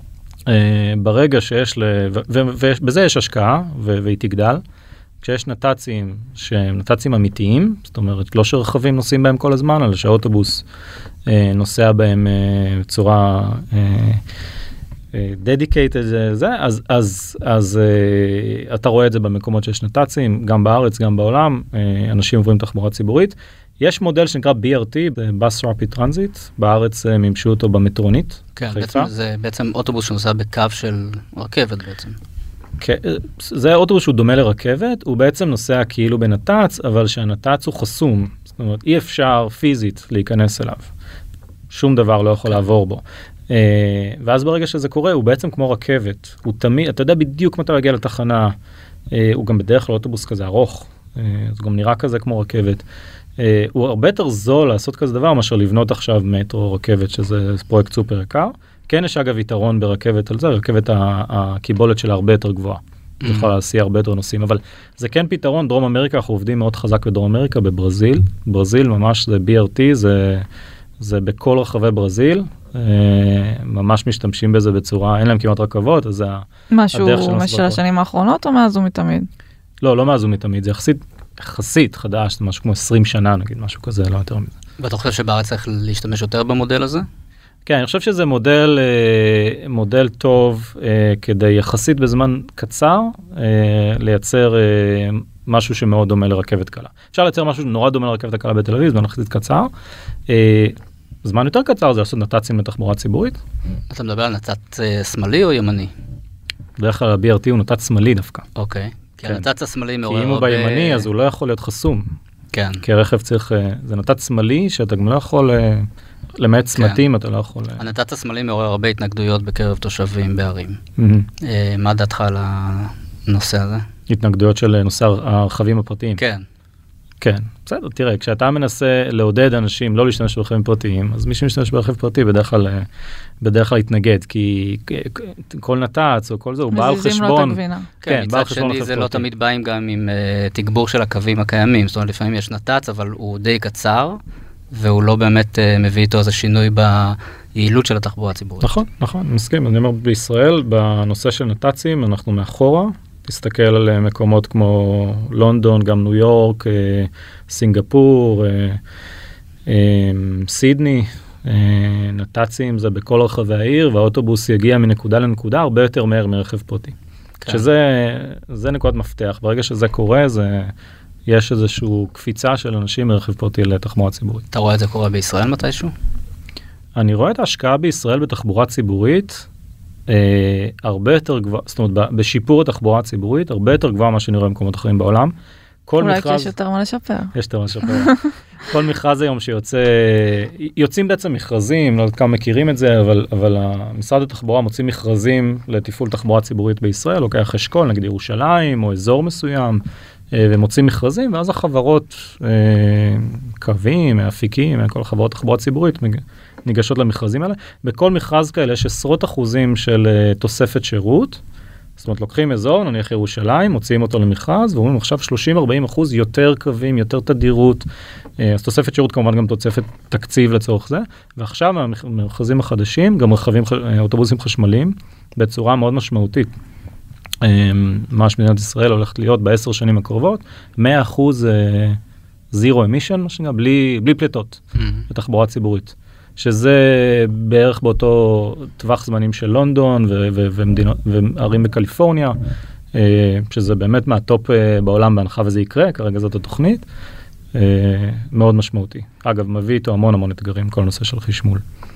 ברגע שיש, ל... ובזה יש השקעה, והיא תגדל, כשיש נת"צים שהם נת"צים אמיתיים, זאת אומרת, לא שרכבים נוסעים בהם כל הזמן, אלא שהאוטובוס נוסע בהם בצורה dedicated, זה, אז, אז, אז אתה רואה את זה במקומות שיש נת"צים, גם בארץ, גם בעולם, אנשים עוברים תחבורה ציבורית. יש מודל שנקרא בי אר טי, Bus Rapid Transit, בארץ מימשו אותו במטרונית. כן, בעצם, זה בעצם אוטובוס שנוסע בקו של רכבת בעצם. כן, זה אוטובוס שהוא דומה לרכבת, הוא בעצם נוסע כאילו בנת"צ, אבל שהנת"צ הוא חסום, זאת אומרת, אי אפשר פיזית להיכנס אליו. שום דבר לא יכול לעבור בו. ואז ברגע שזה קורה, הוא בעצם כמו רכבת. הוא תמיד, אתה יודע בדיוק מתי להגיע לתחנה, הוא גם בדרך כלל אוטובוס כזה ארוך, זה גם נראה כזה כמו רכבת. הוא הרבה יותר זול לעשות כזה דבר, מאשר לבנות עכשיו מטרו רכבת, שזה פרויקט סופר יקר. כן יש אגב יתרון ברכבת על זה, רכבת הקיבולת שלה הרבה יותר גבוהה. זה יכול להסיע הרבה יותר נוסעים, אבל זה כן פתרון. דרום אמריקה, אנחנו עובדים מאוד חזק בדרום אמריקה, בברזיל. ברזיל ממש זה בי אר טי, זה, זה בכל רחבי ברזיל. ממש משתמשים בזה בצורה, אין להם כמעט רכבות, אז זה משהו של השנים האחרונות או מאז ומתמיד? לא, לא מאז ומתמיד, זה יחסית, יחסית חדש, זה משהו כמו עשרים שנה, נגיד, משהו כזה, לא יותר מזה. ואתה חושב שבארץ צריך להשתמש יותר במודל הזה? כן, אני חושב שזה מודל, מודל טוב, כדי יחסית בזמן קצר, לייצר משהו שמאוד דומה לרכבת קלה. אפשר לייצר משהו שנורא דומה לרכבת הקלה בתל אביב, זמן יחסית קצר. זמן יותר קצר זה לעשות נת"צים לתחבורה ציבורית. אתה מדבר על נת"צ שמאלי או ימני? בדרך כלל ה-בי אר טי הוא נת"צ שמאלי דווקא. אוקיי. כי הנת"צ השמאלי מעורר הרבה... כי אם הוא בימני, אז הוא לא יכול להיות חסום. כן. כי הרכב צריך... זה נת"צ שמאלי שאתה גם לא יכול... למעט צמתים אתה לא יכול... הנת"צ השמאלי מעורר הרבה התנגדויות בקרב תושבים בערים. מה דעתך על הנושא הזה? התנגדויות של נושא הרכבים הפרטיים. כן. כן, בסדר, תראה, כשאתה מנסה לעודד אנשים לא להשתמש ברכבים פרטיים, אז מי שמשתמש ברכב פרטי בדרך כלל, בדרך כלל יתנגד, כי כל נת"צ או כל זה הוא בעל חשבון. מזיזים לו את הגבינה. כן, מצד שני זה לא תמיד באים גם עם תגבור של הקווים הקיימים, זאת אומרת לפעמים יש נת"צ, אבל הוא די קצר, והוא לא באמת מביא איתו איזה שינוי ביעילות של התחבורה הציבורית. נכון, נכון, מסכים. אני אומר, בישראל, בנושא של נת"צים, אנחנו מאחורה, תסתכל על מקומות כמו לונדון, גם ניו יורק, סינגפור, סידני, נת"צים זה בכל רחבי העיר, והאוטובוס יגיע מנקודה לנקודה הרבה יותר מהר מרכב פרטי. כן. שזה זה נקודת מפתח. ברגע שזה קורה, זה, יש איזושהי קפיצה של אנשים מרכב פרטי לתחבורה ציבורית. אתה רואה את זה קורה בישראל מתישהו? אני רואה את ההשקעה בישראל בתחבורה ציבורית, אה, הרבה יותר גבוה, זאת אומרת, בשיפור התחבורה הציבורית, הרבה יותר גבוה מה שאני רואה במקומות אחרים בעולם. אולי כי יש יותר מה לשפר. יש יותר מה לשפר. כל מכרז היום שיוצא, יוצאים בעצם מכרזים, לא יודעת כמה מכירים את זה, אבל, אבל משרד התחבורה מוציא מכרזים לתפעול תחבורה ציבורית בישראל, לוקח אשכול, נגיד ירושלים או אזור מסוים, ומוצאים מכרזים, ואז החברות, קווים, אפיקים, כל החברות תחבורה ציבורית, ניגשות למכרזים האלה. בכל מכרז כאלה יש עשרות אחוזים של תוספת שירות, זאת אומרת, לוקחים אזור, נניח ירושלים, מוציאים אותו למכרז, ואומרים עכשיו שלושים עד ארבעים אחוז יותר קווים, יותר תדירות, אז תוספת שירות כמובן גם תוספת תקציב לצורך זה, ועכשיו המכרזים החדשים, גם רכבים, אוטובוסים חשמליים, בצורה מאוד משמעותית. מה שמדינת ישראל הולכת להיות בעשר שנים הקרובות, מאה אחוז זירו אמישן, מה שנקרא, בלי, בלי פליטות בתחבורה ציבורית. שזה בערך באותו טווח זמנים של לונדון ו- ו- ומדינות, וערים בקליפורניה, שזה באמת מהטופ בעולם בהנחה וזה יקרה, כרגע זאת התוכנית, מאוד משמעותי. אגב, מביא איתו המון המון אתגרים, כל נושא של חשמול.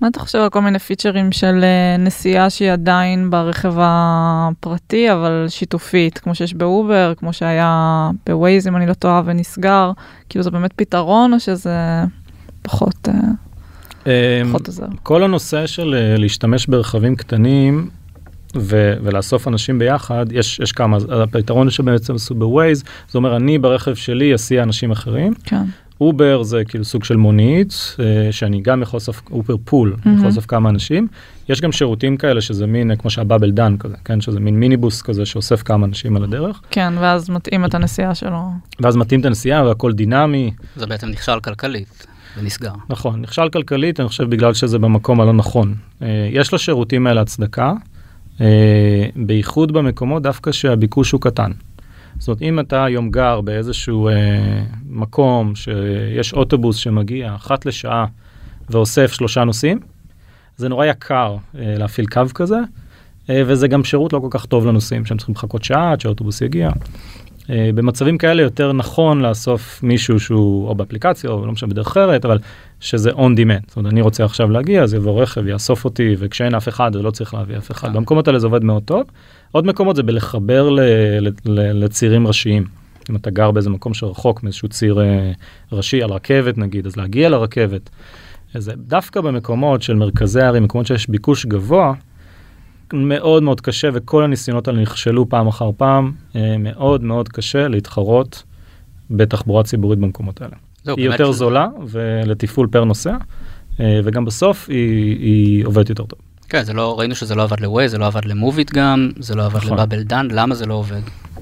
מה אתה חושב על כל מיני פיצ'רים של נסיעה שהיא עדיין ברכב הפרטי, אבל שיתופית, כמו שיש באובר, כמו שהיה בווייז, אם אני לא טועה, ונסגר? כאילו זה באמת פתרון, או שזה פחות, פחות עוזר? כל הנושא של להשתמש ברכבים קטנים, ו- ולאסוף אנשים ביחד, יש, יש כמה, הפתרון שבעצם עשו בווייז, זה אומר, אני ברכב שלי אסיע אנשים אחרים. כן. אובר זה כאילו סוג של מונית, שאני גם יכול לאסוף, אובר פול, mm-hmm. יכול לאסוף כמה אנשים. יש גם שירותים כאלה שזה מין, כמו שהבאבל דן כזה, כן? שזה מין מיניבוס כזה שאוסף כמה אנשים על הדרך. כן, ואז מתאים את הנסיעה שלו. ואז מתאים את הנסיעה והכל דינמי. זה בעצם נכשל כלכלית ונסגר. נכון, נכשל כלכלית, אני חושב בגלל שזה במקום הלא נכון. יש לשירותים האלה הצדקה, בייחוד במקומות דווקא שהביקוש הוא קטן. זאת אומרת, אם אתה היום גר באיזשהו אה, מקום שיש אוטובוס שמגיע אחת לשעה ואוסף שלושה נוסעים, זה נורא יקר אה, להפעיל קו כזה, אה, וזה גם שירות לא כל כך טוב לנוסעים, שהם צריכים לחכות שעה עד שהאוטובוס יגיע. אה, במצבים כאלה יותר נכון לאסוף מישהו שהוא או באפליקציה או לא משנה בדרך אחרת, אבל שזה on demand. זאת אומרת, אני רוצה עכשיו להגיע, אז יבוא רכב, יאסוף אותי, וכשאין אף אחד, אז לא צריך להביא אף אחד. במקומות האלה זה עובד מאוד טוב. עוד מקומות זה בלחבר ל- ל- ל- לצירים ראשיים. אם אתה גר באיזה מקום שרחוק מאיזשהו ציר אה, ראשי, על רכבת נגיד, אז להגיע לרכבת. אז דווקא במקומות של מרכזי הערים, מקומות שיש ביקוש גבוה, מאוד מאוד קשה, וכל הניסיונות האלה נכשלו פעם אחר פעם, אה, מאוד מאוד קשה להתחרות בתחבורה ציבורית במקומות האלה. היא יותר שזה... זולה, ולתפעול פר נוסע, אה, וגם בסוף היא, היא עובדת יותר טוב. כן, זה לא, ראינו שזה לא עבד לווי, זה לא עבד למוביט גם, זה לא עבד נכון. לבאבל דן, למה זה לא עובד?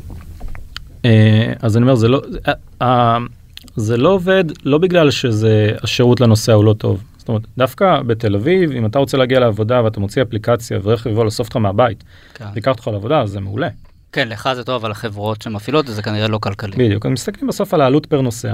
אז אני אומר, זה לא, זה לא עובד, לא בגלל שזה, השירות לנוסע הוא לא טוב. זאת אומרת, דווקא בתל אביב, אם אתה רוצה להגיע לעבודה ואתה מוציא אפליקציה ורכב יבוא לאסוף אותך מהבית, כן. ויקח אותך לעבודה, אז זה מעולה. כן, לך זה טוב, אבל החברות שמפעילות, זה כנראה לא כלכלי. בדיוק, הם מסתכלים בסוף על העלות פר נוסע.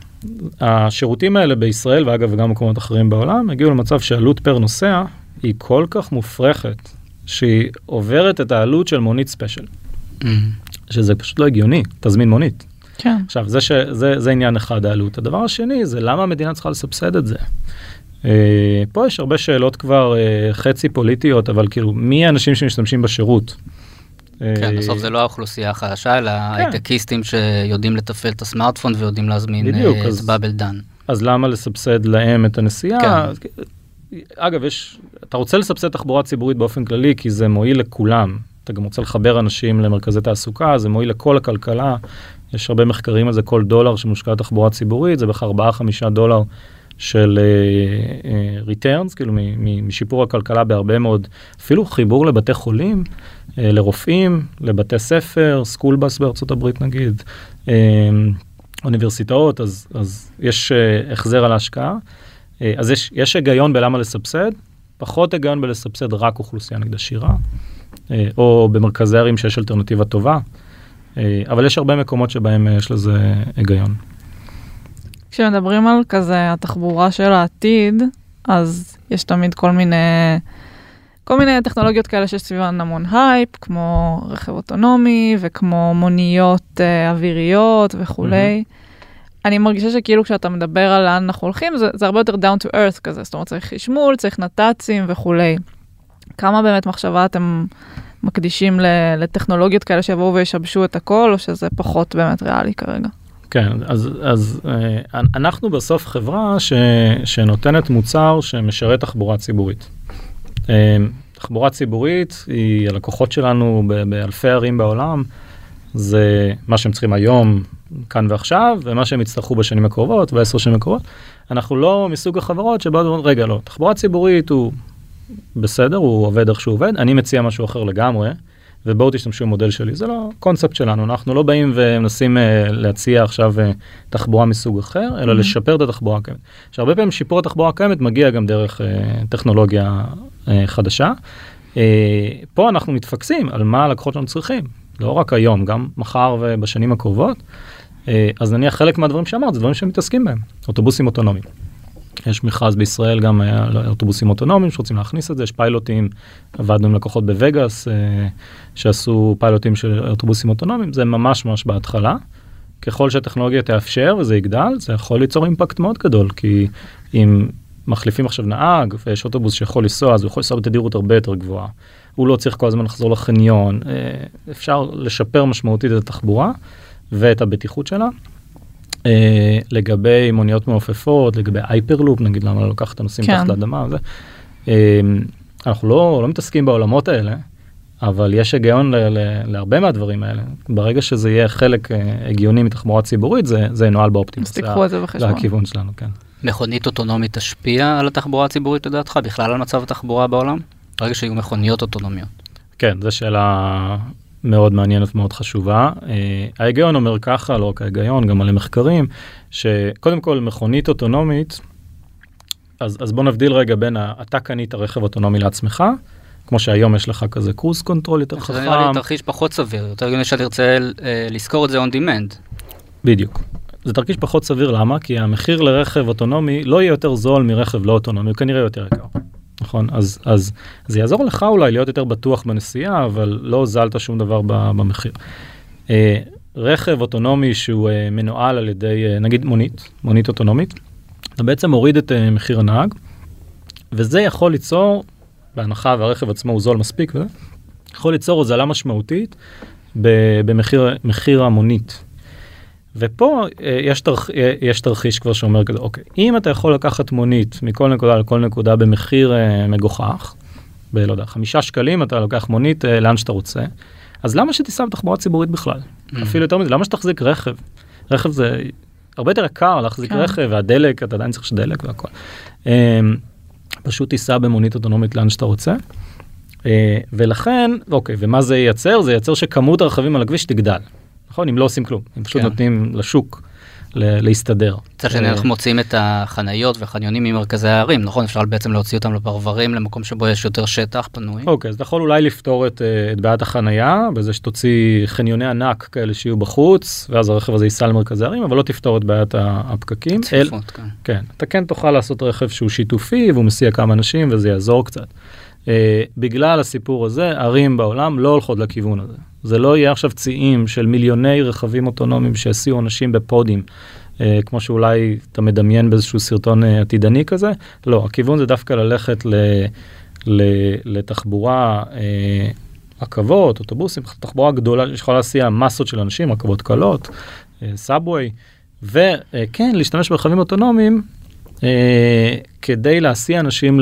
השירותים האלה בישראל, ואגב, וגם במקומות אחרים בעולם, הגיעו למצב שהעלות פר נוסע היא כל כך מופרכת, שהיא עוברת את העלות של מונית ספיישל. Mm-hmm. שזה פשוט לא הגיוני, תזמין מונית. כן. עכשיו, זה, ש, זה, זה עניין אחד העלות. הדבר השני זה למה המדינה צריכה לסבסד את זה. אה, פה יש הרבה שאלות כבר אה, חצי פוליטיות, אבל כאילו, מי האנשים שמשתמשים בשירות? כן, בסוף זה לא האוכלוסייה החדשה, אלא הייטקיסטים שיודעים לתפעל את הסמארטפון ויודעים להזמין את באבל דן. אז למה לסבסד להם את הנסיעה? אגב, יש, אתה רוצה לסבסד תחבורה ציבורית באופן כללי, כי זה מועיל לכולם. אתה גם רוצה לחבר אנשים למרכזי תעסוקה, זה מועיל לכל הכלכלה. יש הרבה מחקרים על זה, כל דולר שמושקע תחבורה ציבורית, זה בערך ארבעה חמישה דולר של uh, uh, returns, כאילו משיפור הכלכלה בהרבה מאוד, אפילו חיבור לבתי חולים, uh, לרופאים, לבתי ספר, סקול בס בארצות הברית נגיד, uh, אוניברסיטאות, אז, אז יש uh, החזר על ההשקעה. Uh, אז יש, יש היגיון בלמה לסבסד, פחות היגיון בלסבסד רק אוכלוסייה נגד עשירה, uh, או במרכזי ערים שיש אלטרנטיבה טובה, uh, אבל יש הרבה מקומות שבהם uh, יש לזה היגיון. כשמדברים על כזה התחבורה של העתיד, אז יש תמיד כל מיני, כל מיני טכנולוגיות כאלה שיש סביבן המון הייפ, כמו רכב אוטונומי וכמו מוניות אה, אוויריות וכולי. Mm-hmm. אני מרגישה שכאילו כשאתה מדבר על לאן אנחנו הולכים, זה, זה הרבה יותר down to earth כזה, זאת אומרת צריך חשמול, צריך נת"צים וכולי. כמה באמת מחשבה אתם מקדישים לטכנולוגיות כאלה שיבואו וישבשו את הכל, או שזה פחות באמת ריאלי כרגע? כן, אז, אז אה, אנחנו בסוף חברה ש, שנותנת מוצר שמשרת תחבורה ציבורית. אה, תחבורה ציבורית היא הלקוחות שלנו ב, באלפי ערים בעולם, זה מה שהם צריכים היום, כאן ועכשיו, ומה שהם יצטרכו בשנים הקרובות, בעשר שנים הקרובות. אנחנו לא מסוג החברות שבא ואומרים, רגע, לא, תחבורה ציבורית הוא בסדר, הוא עובד איך שהוא עובד, אני מציע משהו אחר לגמרי, ובואו תשתמשו במודל שלי, זה לא קונספט שלנו, אנחנו לא באים ומנסים uh, להציע עכשיו uh, תחבורה מסוג אחר, אלא mm-hmm. לשפר את התחבורה הקיימת. שהרבה פעמים שיפור התחבורה הקיימת מגיע גם דרך uh, טכנולוגיה uh, חדשה. Uh, פה אנחנו מתפקסים על מה הלקוחות שלנו צריכים, לא רק היום, גם מחר ובשנים הקרובות. Uh, אז נניח חלק מהדברים שאמרת, זה דברים שמתעסקים בהם, אוטובוסים אוטונומיים. יש מכרז בישראל גם אוטובוסים אוטונומיים שרוצים להכניס את זה, יש פיילוטים, עבדנו עם לקוחות בווגאס, שעשו פיילוטים של אוטובוסים אוטונומיים, זה ממש ממש בהתחלה. ככל שהטכנולוגיה תאפשר וזה יגדל, זה יכול ליצור אימפקט מאוד גדול, כי אם מחליפים עכשיו נהג, ויש אוטובוס שיכול לנסוע, אז הוא יכול לנסוע בתדירות הרבה יותר גבוהה. הוא לא צריך כל הזמן לחזור לחניון. אפשר לשפר משמעותית את התחבורה ואת הבטיחות שלה. לגבי מוניות מעופפות, לגבי הייפרלופ, נגיד למה לא לקחת את הנושאים תחת לאדמה, אנחנו לא, לא מתעסקים בעולמות האלה, אבל יש היגיון ל- ל- להרבה מהדברים האלה. ברגע שזה יהיה חלק הגיוני מתחבורה ציבורית, זה, זה ינועל באופטימוס. אז תיקחו את זה בחשבון. זה הכיוון שלנו, כן. מכונית אוטונומית תשפיע על התחבורה הציבורית, לדעתך, בכלל על מצב התחבורה בעולם? ברגע שיהיו מכוניות אוטונומיות. כן, זו שאלה מאוד מעניינת, מאוד חשובה. ההיגיון אומר ככה, לא רק ההיגיון, גם על המחקרים, שקודם כל מכונית אוטונומית, אז, אז בוא נבדיל רגע בין, אתה קנית רכב אוטונומי לעצמך, כמו שהיום יש לך כזה קרוס קונטרול יותר חכם. זה נראה לי תרחיש פחות סביר, יותר גדול שאתה תרצה לזכור את זה on demand. בדיוק. זה תרחיש פחות סביר, למה? כי המחיר לרכב אוטונומי לא יהיה יותר זול מרכב לא אוטונומי, הוא כנראה יותר יקר. נכון? אז, אז זה יעזור לך אולי להיות יותר בטוח בנסיעה, אבל לא הוזלת שום דבר במחיר. רכב אוטונומי שהוא מנוהל על ידי, נגיד מונית, מונית אוטונומית, אתה בעצם מוריד את מחיר הנהג, וזה יכול ליצור, בהנחה והרכב עצמו הוא זול מספיק, וזה, יכול ליצור הוזלה משמעותית במחיר מחיר המונית. ופה יש, תרח, יש תרחיש כבר שאומר כזה, אוקיי, אם אתה יכול לקחת מונית מכל נקודה לכל נקודה במחיר מגוחך, בלא יודע, חמישה שקלים אתה לוקח מונית לאן שאתה רוצה, אז למה שתיסע בתחבורה ציבורית בכלל? Mm-hmm. אפילו יותר מזה, למה שתחזיק רכב? רכב זה הרבה יותר יקר להחזיק כן. רכב, והדלק, אתה עדיין צריך שדלק והכל. פשוט תיסע במונית אוטונומית לאן שאתה רוצה. ולכן, אוקיי, ומה זה ייצר? זה ייצר שכמות הרכבים על הכביש תגדל. נכון? אם לא עושים כלום. הם פשוט נותנים לשוק להסתדר. צריך שאנחנו מוצאים את החניות והחניונים ממרכזי הערים, נכון? אפשר בעצם להוציא אותם לפרברים, למקום שבו יש יותר שטח פנוי. אוקיי, אז אתה יכול אולי לפתור את בעיית החנייה, בזה שתוציא חניוני ענק כאלה שיהיו בחוץ, ואז הרכב הזה ייסע למרכזי הערים, אבל לא תפתור את בעיית הפקקים. צפיפות, כן. כן. אתה כן תוכל לעשות רכב שהוא שיתופי, והוא מסיע כמה אנשים, וזה יעזור קצת. בגלל הסיפור הזה, ערים בעולם לא הולכות לכיוון הזה. זה לא יהיה עכשיו ציים של מיליוני רכבים אוטונומיים שהסיעו אנשים בפודים, אה, כמו שאולי אתה מדמיין באיזשהו סרטון אה, עתידני כזה. לא, הכיוון זה דווקא ללכת ל, ל, לתחבורה, אה, רכבות, אוטובוסים, תחבורה גדולה שיכולה להסיע מסות של אנשים, רכבות קלות, אה, סאבווי, וכן, להשתמש ברכבים אוטונומיים, אה, כדי להסיע אנשים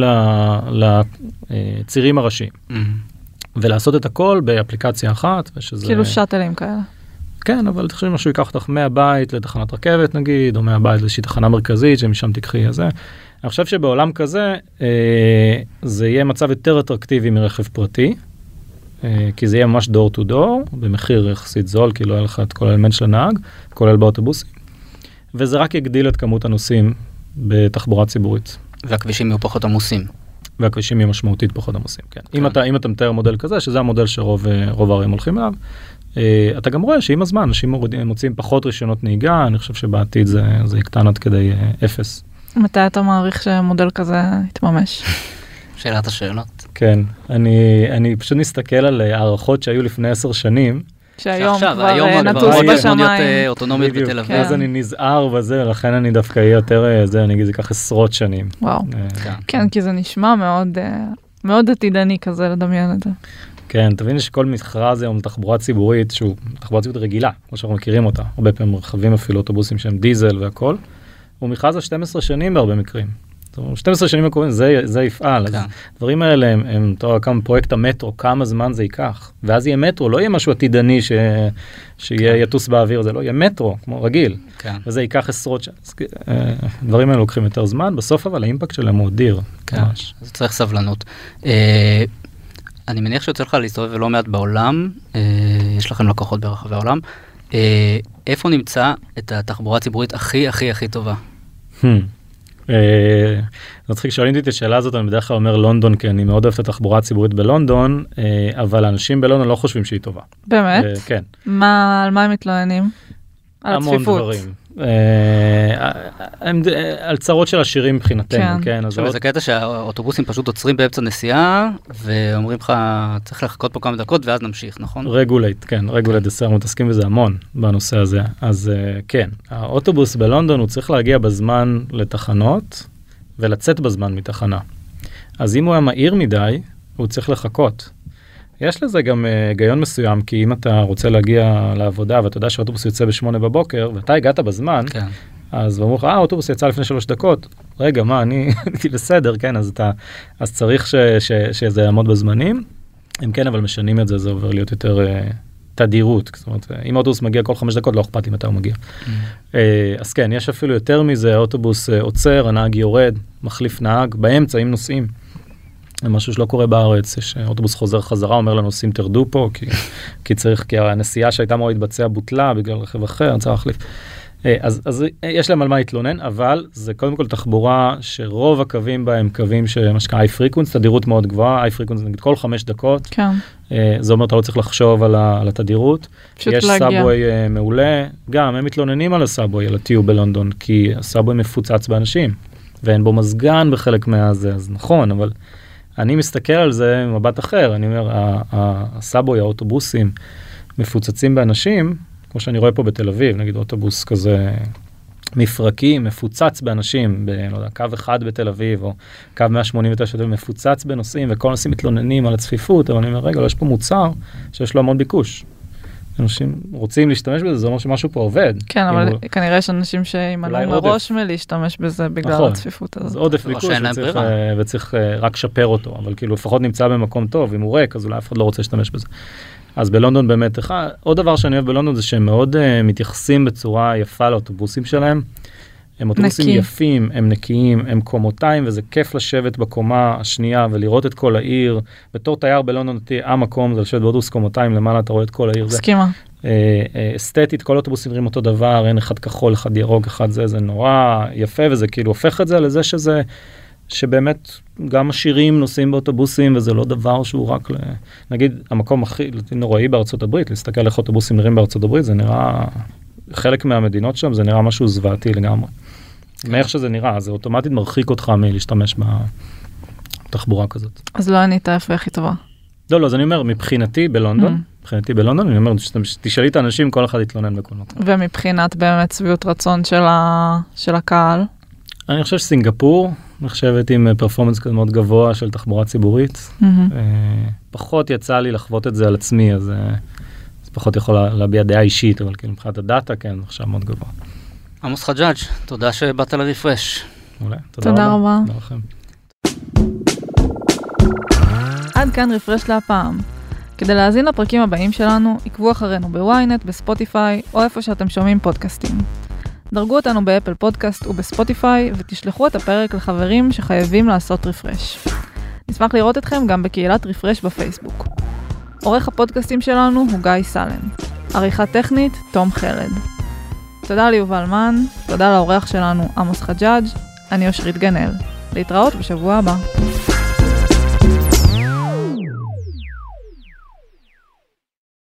לצירים הראשיים. Mm-hmm. ולעשות את הכל באפליקציה אחת, ושזה... כאילו שטלים כאלה. כן, אבל תחשבי משהו ייקח אותך מהבית לתחנת רכבת נגיד, או מהבית לאיזושהי תחנה מרכזית, שמשם תקחי את זה. אני חושב שבעולם כזה, אה, זה יהיה מצב יותר אטרקטיבי מרכב פרטי, אה, כי זה יהיה ממש דור טו דור, במחיר יחסית זול, כי לא יהיה לך את כל האלמנט של הנהג, כולל באוטובוסים, וזה רק יגדיל את כמות הנוסעים בתחבורה ציבורית. והכבישים יהיו פחות עמוסים. והכבישים יהיו משמעותית פחות עמוסים, כן. אם אתה, אם אתה מתאר מודל כזה, שזה המודל שרוב הערים הולכים אליו, אתה גם רואה שעם הזמן, אנשים מוצאים פחות רישיונות נהיגה, אני חושב שבעתיד זה, זה יקטן עד כדי אפס. מתי אתה מעריך שמודל כזה יתממש? שאלת השאלות. כן, אני, אני פשוט מסתכל על הערכות שהיו לפני עשר שנים, שהיום כבר נטוס בשמיים. אוטונומית בתל אביב. אז אני נזהר בזה, לכן אני דווקא אהיה יותר, זה, אני אגיד, זה ככה עשרות שנים. וואו. כן, כי זה נשמע מאוד, מאוד עתידני כזה לדמיין את זה. כן, תביני שכל מכרז היום תחבורה ציבורית, שהוא תחבורה ציבורית רגילה, כמו שאנחנו מכירים אותה, הרבה פעמים רכבים אפילו אוטובוסים שהם דיזל והכל, הוא מכרז על שתים עשרה שנים בהרבה מקרים. שתים עשרה שנים הקרובים, זה, זה יפעל. אז דברים האלה הם, הם תראה כמה פרויקט המטרו, כמה זמן זה ייקח. ואז יהיה מטרו, לא יהיה משהו עתידני ש, שיהיה יטוס באוויר, זה לא יהיה מטרו, כמו רגיל. כן. וזה ייקח עשרות שנים. דברים האלה לוקחים יותר זמן, בסוף אבל האימפקט שלהם הוא אדיר. כן, אז צריך סבלנות. אני מניח שיוצא לך להסתובב ולא מעט בעולם, יש לכם לקוחות ברחבי העולם. איפה נמצא את התחבורה הציבורית הכי הכי הכי טובה? אני מצחיק, שואלים אותי את השאלה הזאת, אני בדרך כלל אומר לונדון, כי אני מאוד אוהב את התחבורה הציבורית בלונדון, אבל האנשים בלונדון לא חושבים שהיא טובה. באמת? כן. על מה הם מתלוננים? על הצפיפות. המון דברים. על צרות של השירים מבחינתנו, כן. זה קטע שהאוטובוסים פשוט עוצרים באמצע נסיעה, ואומרים לך, צריך לחכות פה כמה דקות, ואז נמשיך, נכון? רגולייט, כן, רגולייט, אנחנו מתעסקים בזה המון בנושא הזה. אז כן, האוטובוס בלונדון הוא צריך להגיע בזמן לתחנות, ולצאת בזמן מתחנה. אז אם הוא היה מהיר מדי, הוא צריך לחכות. יש לזה גם היגיון מסוים, כי אם אתה רוצה להגיע לעבודה, ואתה יודע שהאוטובוס יוצא בשמונה בבוקר, ואתה הגעת בזמן, כן. אז אמרו לך, אה, האוטובוס יצא לפני שלוש דקות. רגע, מה, אני הייתי בסדר, כן, אז אתה, אז צריך ש, ש, שזה יעמוד בזמנים. אם כן, אבל משנים את זה, זה עובר להיות יותר uh, תדירות. זאת אומרת, אם האוטובוס מגיע כל חמש דקות, לא אכפת אם אתה הוא מגיע. Mm. Uh, אז כן, יש אפילו יותר מזה, האוטובוס uh, עוצר, הנהג יורד, מחליף נהג, באמצע, עם נוסעים. זה משהו שלא קורה בארץ, יש אוטובוס חוזר חזרה, אומר לנוסעים תרדו פה, כי, כי צריך, כי הנסיעה שהייתה אמורה להתבצע בוטלה בגלל רכב אחר, צריך להחליף. אז, אז יש להם על מה להתלונן, אבל זה קודם כל תחבורה שרוב הקווים בה הם קווים שמשקע high frequency, תדירות מאוד גבוהה, high frequency נגיד כל חמש דקות. כן. זה אומר, אתה לא צריך לחשוב על, ה, על התדירות. יש סאבווי מעולה, גם הם מתלוננים על הסאבווי, על הטיוב בלונדון, כי הסאבווי מפוצץ באנשים, ואין בו מזגן בחלק מהזה, אז נכון, אבל אני מסתכל על זה מבט אחר, אני אומר, הסאבווי, האוטובוסים מפוצצים באנשים, כמו שאני רואה פה בתל אביב, נגיד אוטובוס כזה מפרקים, מפוצץ באנשים, ב, לא יודע, קו אחד בתל אביב, או קו מאה שמונים ותשע, מפוצץ בנוסעים, וכל נוסעים מתלוננים על הצפיפות, אבל אני אומר, רגע, לא, יש פה מוצר שיש לו המון ביקוש. אנשים רוצים להשתמש בזה, זה אומר שמשהו פה עובד. כן, אבל הוא... כנראה יש אנשים שימנעו מראש מלהשתמש בזה בגלל נכון. הצפיפות הזאת. זה עודף ביקוש וצריך, וצריך רק שפר אותו, אבל כאילו לפחות נמצא במקום טוב, אם הוא ריק, אז אולי אף אחד לא רוצה להשתמש בזה. אז בלונדון באמת, אחד, עוד דבר שאני אוהב בלונדון זה שהם מאוד uh, מתייחסים בצורה יפה לאוטובוסים שלהם. הם אוטובוסים נקי. יפים, הם נקיים, הם קומותיים, וזה כיף לשבת בקומה השנייה ולראות את כל העיר. בתור תייר בלונדון, המקום זה לשבת באוטובוס קומותיים, למעלה אתה רואה את כל העיר. סכימה. אסתטית, כל אוטובוסים נראים אותו דבר, אין אחד כחול, אחד ירוק, אחד זה, זה נורא יפה, וזה כאילו הופך את זה לזה שזה, שבאמת גם עשירים נוסעים באוטובוסים, וזה לא דבר שהוא רק, ל... נגיד, המקום הכי נוראי בארצות הברית, להסתכל איך אוטובוסים נראים בארצות הברית, זה נראה, חלק מהמדינות שם, זה נראה משהו זוועתי לגמרי. מאיך שזה נראה, זה אוטומטית מרחיק אותך מלהשתמש בתחבורה כזאת. אז לא ענית איפה הכי טובה. לא, לא, אז אני אומר, מבחינתי בלונדון, מבחינתי בלונדון, אני אומר, תשאלי את האנשים, כל אחד יתלונן בכל מקום. ומבחינת באמת סביבות רצון של הקהל? אני חושב שסינגפור נחשבת עם פרפורמנס מאוד גבוה של תחבורה ציבורית. פחות יצא לי לחוות את זה על עצמי, אז פחות יכול להביע דעה אישית, אבל כאילו מבחינת הדאטה, כן, נחשב מאוד גבוה. עמוס חג'אג', תודה שבאת לרפרש. מעולה, תודה רבה. תודה לכם. עד כאן רפרש להפעם. כדי להאזין לפרקים הבאים שלנו, עקבו אחרינו בוויינט, בספוטיפיי, או איפה שאתם שומעים פודקאסטים. דרגו אותנו באפל פודקאסט ובספוטיפיי, ותשלחו את הפרק לחברים שחייבים לעשות רפרש. נשמח לראות אתכם גם בקהילת רפרש בפייסבוק. עורך הפודקאסטים שלנו הוא גיא סלם. עריכה טכנית, תום חלד. תודה ליובל מן, תודה לעורך שלנו עמוס חג'אג', אני אושרית גנאל. להתראות בשבוע הבא.